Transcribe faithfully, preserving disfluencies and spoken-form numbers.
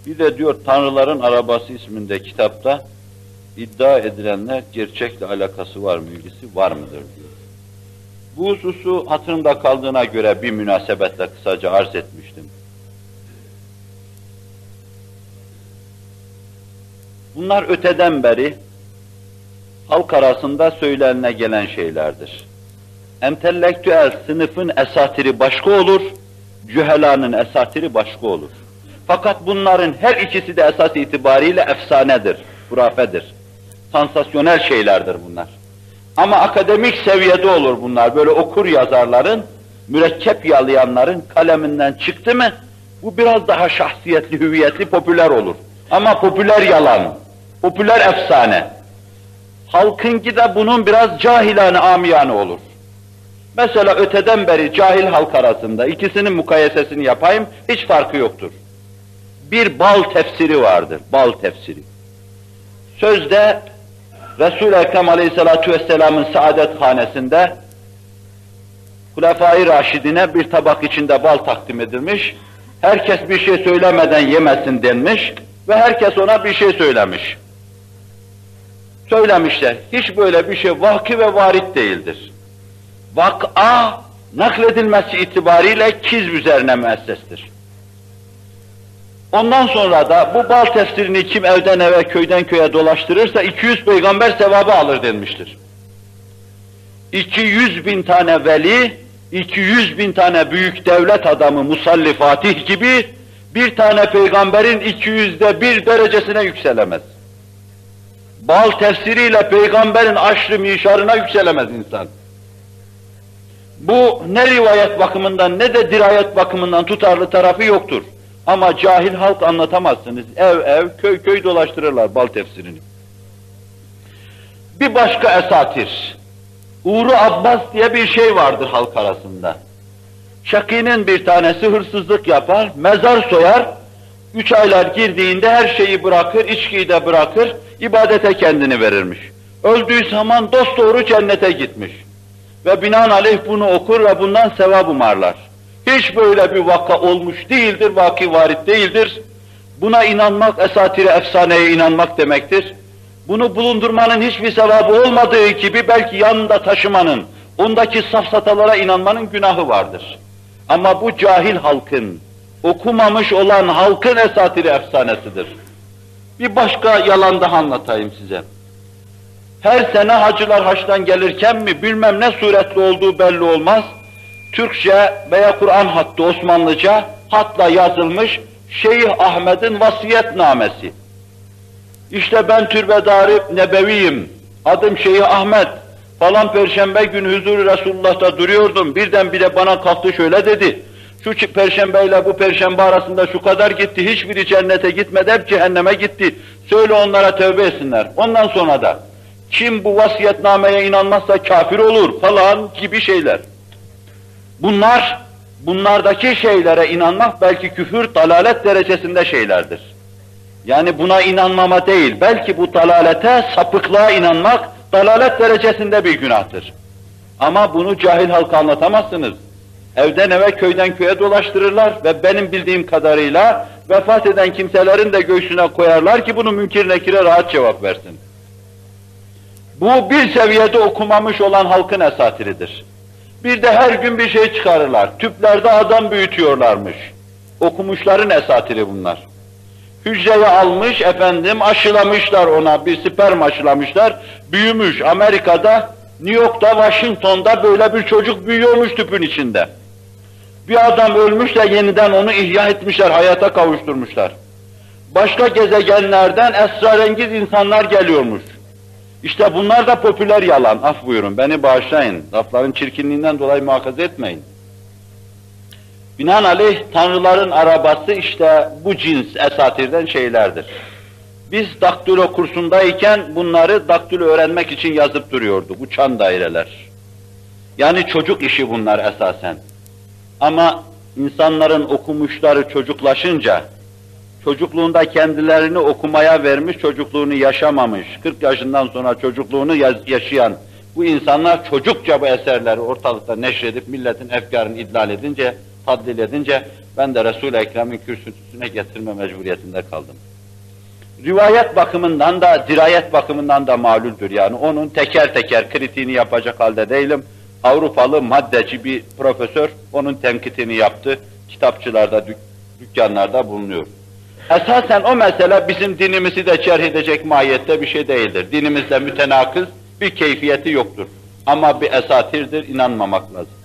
Bir de diyor Tanrıların Arabası isminde kitapta iddia edilenler gerçekle alakası var mı, ilgisi var mıdır diyor. Bu hususu hatırımda kaldığına göre bir münasebetle kısaca arz etmiştim. Bunlar öteden beri halk arasında söylenene gelen şeylerdir. Entelektüel sınıfın esatiri başka olur, cühelanın esatiri başka olur. Fakat bunların her ikisi de esas itibariyle efsanedir, hurafedir. Sansasyonel şeylerdir bunlar. Ama akademik seviyede olur bunlar, böyle okur yazarların, mürekkep yalayanların kaleminden çıktı mı, bu biraz daha şahsiyetli, hüviyetli, popüler olur. Ama popüler yalan, popüler efsane. Halkınki de bunun biraz cahilane, amiyane olur. Mesela öteden beri cahil halk arasında ikisinin mukayesesini yapayım, hiç farkı yoktur. Bir bal tefsiri vardır, bal tefsiri. Sözde Resul-i Ekrem Aleyhisselatü Vesselam'ın saadethanesinde Hulefâ-i Raşidine bir tabak içinde bal takdim edilmiş, herkes bir şey söylemeden yemesin denmiş ve herkes ona bir şey söylemiş. Söylemişler, hiç böyle bir şey vaki ve varit değildir. Vak'a nakledilmesi itibariyle kizb üzerine müessestir. Ondan sonra da bu bal tefsirini kim evden eve, köyden köye dolaştırırsa iki yüz peygamber sevabı alır denmiştir. iki yüz bin tane veli, iki yüz bin tane büyük devlet adamı Musalli Fatih gibi bir tane peygamberin iki yüzde bir derecesine yükselemez. Bal tefsiriyle peygamberin aşrı mişarına yükselemez insan. Bu ne rivayet bakımından ne de dirayet bakımından tutarlı tarafı yoktur. Ama cahil halk anlatamazsınız. Ev ev, köy köy dolaştırırlar bal tefsirini. Bir başka esatir. Uğru Abbas diye bir şey vardır halk arasında. Şakî'nin bir tanesi hırsızlık yapar, mezar soyar, üç aylar girdiğinde her şeyi bırakır, içkiyi de bırakır, ibadete kendini verirmiş. Öldüğü zaman dosdoğru cennete gitmiş. Ve binaenaleyh bunu okur ve bundan sevap umarlar. Hiç böyle bir vaka olmuş değildir, vaki varit değildir. Buna inanmak, esatire, efsaneye inanmak demektir. Bunu bulundurmanın hiçbir sevabı olmadığı gibi belki yanında taşımanın, ondaki safsatalara inanmanın günahı vardır. Ama bu cahil halkın, okumamış olan halkın esatiri efsanesidir. Bir başka yalan daha anlatayım size. Her sene hacılar haçtan gelirken mi bilmem ne suretli olduğu belli olmaz, Türkçe veya Kur'an hattı Osmanlıca hatla yazılmış Şeyh Ahmet'in vasiyetnamesi. İşte ben türbedarı nebeviyim, adım Şeyh Ahmet, falan perşembe günü huzur-u Resulullah'ta duruyordum, birdenbire bana kalktı şöyle dedi, şu perşembeyle bu perşembe arasında şu kadar gitti, hiçbiri cennete gitmedi, hep cehenneme gitti, söyle onlara tövbe etsinler. Ondan sonra da, kim bu vasiyetnameye inanmazsa kafir olur falan gibi şeyler. Bunlar, bunlardaki şeylere inanmak belki küfür, dalalet derecesinde şeylerdir. Yani buna inanmama değil, belki bu dalalete, sapıklığa inanmak, dalalet derecesinde bir günahtır. Ama bunu cahil halka anlatamazsınız. Evden eve, köyden köye dolaştırırlar ve benim bildiğim kadarıyla vefat eden kimselerin de göğsüne koyarlar ki bunu Münkir Nekir'e rahat cevap versin. Bu bir seviyede okumamış olan halkın esatiridir. Bir de her gün bir şey çıkarırlar. Tüplerde adam büyütüyorlarmış. Okumuşların esatiri bunlar. Hücreye almış efendim, aşılamışlar ona, bir sperm aşılamışlar, büyümüş. Amerika'da, New York'ta, Washington'da böyle bir çocuk büyüyormuş tüpün içinde. Bir adam ölmüş de yeniden onu ihya etmişler, hayata kavuşturmuşlar. Başka gezegenlerden esrarengiz insanlar geliyormuş. İşte bunlar da popüler yalan, af buyurun, beni bağışlayın, lafların çirkinliğinden dolayı muhakaza etmeyin. Binaenaleyh Tanrıların Arabası işte bu cins esatirden şeylerdir. Biz daktilo kursundayken bunları daktilo öğrenmek için yazıp duruyorduk, uçan daireler. Yani çocuk işi bunlar esasen. Ama insanların okumuşları çocuklaşınca, çocukluğunda kendilerini okumaya vermiş, çocukluğunu yaşamamış, kırk yaşından sonra çocukluğunu yaşayan bu insanlar çocukça bu eserleri ortalıkta neşredip milletin efkarını idlal edince, tadlil edince, Ben de Resul-i Ekrem'in kürsüsüne getirme mecburiyetinde kaldım. Rivayet bakımından da, dirayet bakımından da malüldür yani. Onun teker teker kritiğini yapacak halde değilim. Avrupalı maddeci bir profesör onun tenkitini yaptı. Kitapçılarda, dük dükkanlarda bulunuyor. Esasen o mesele bizim dinimizi de cerh edecek mahiyette bir şey değildir. Dinimizde mütenakız bir keyfiyeti yoktur. Ama bir esatirdir, inanmamak lazım.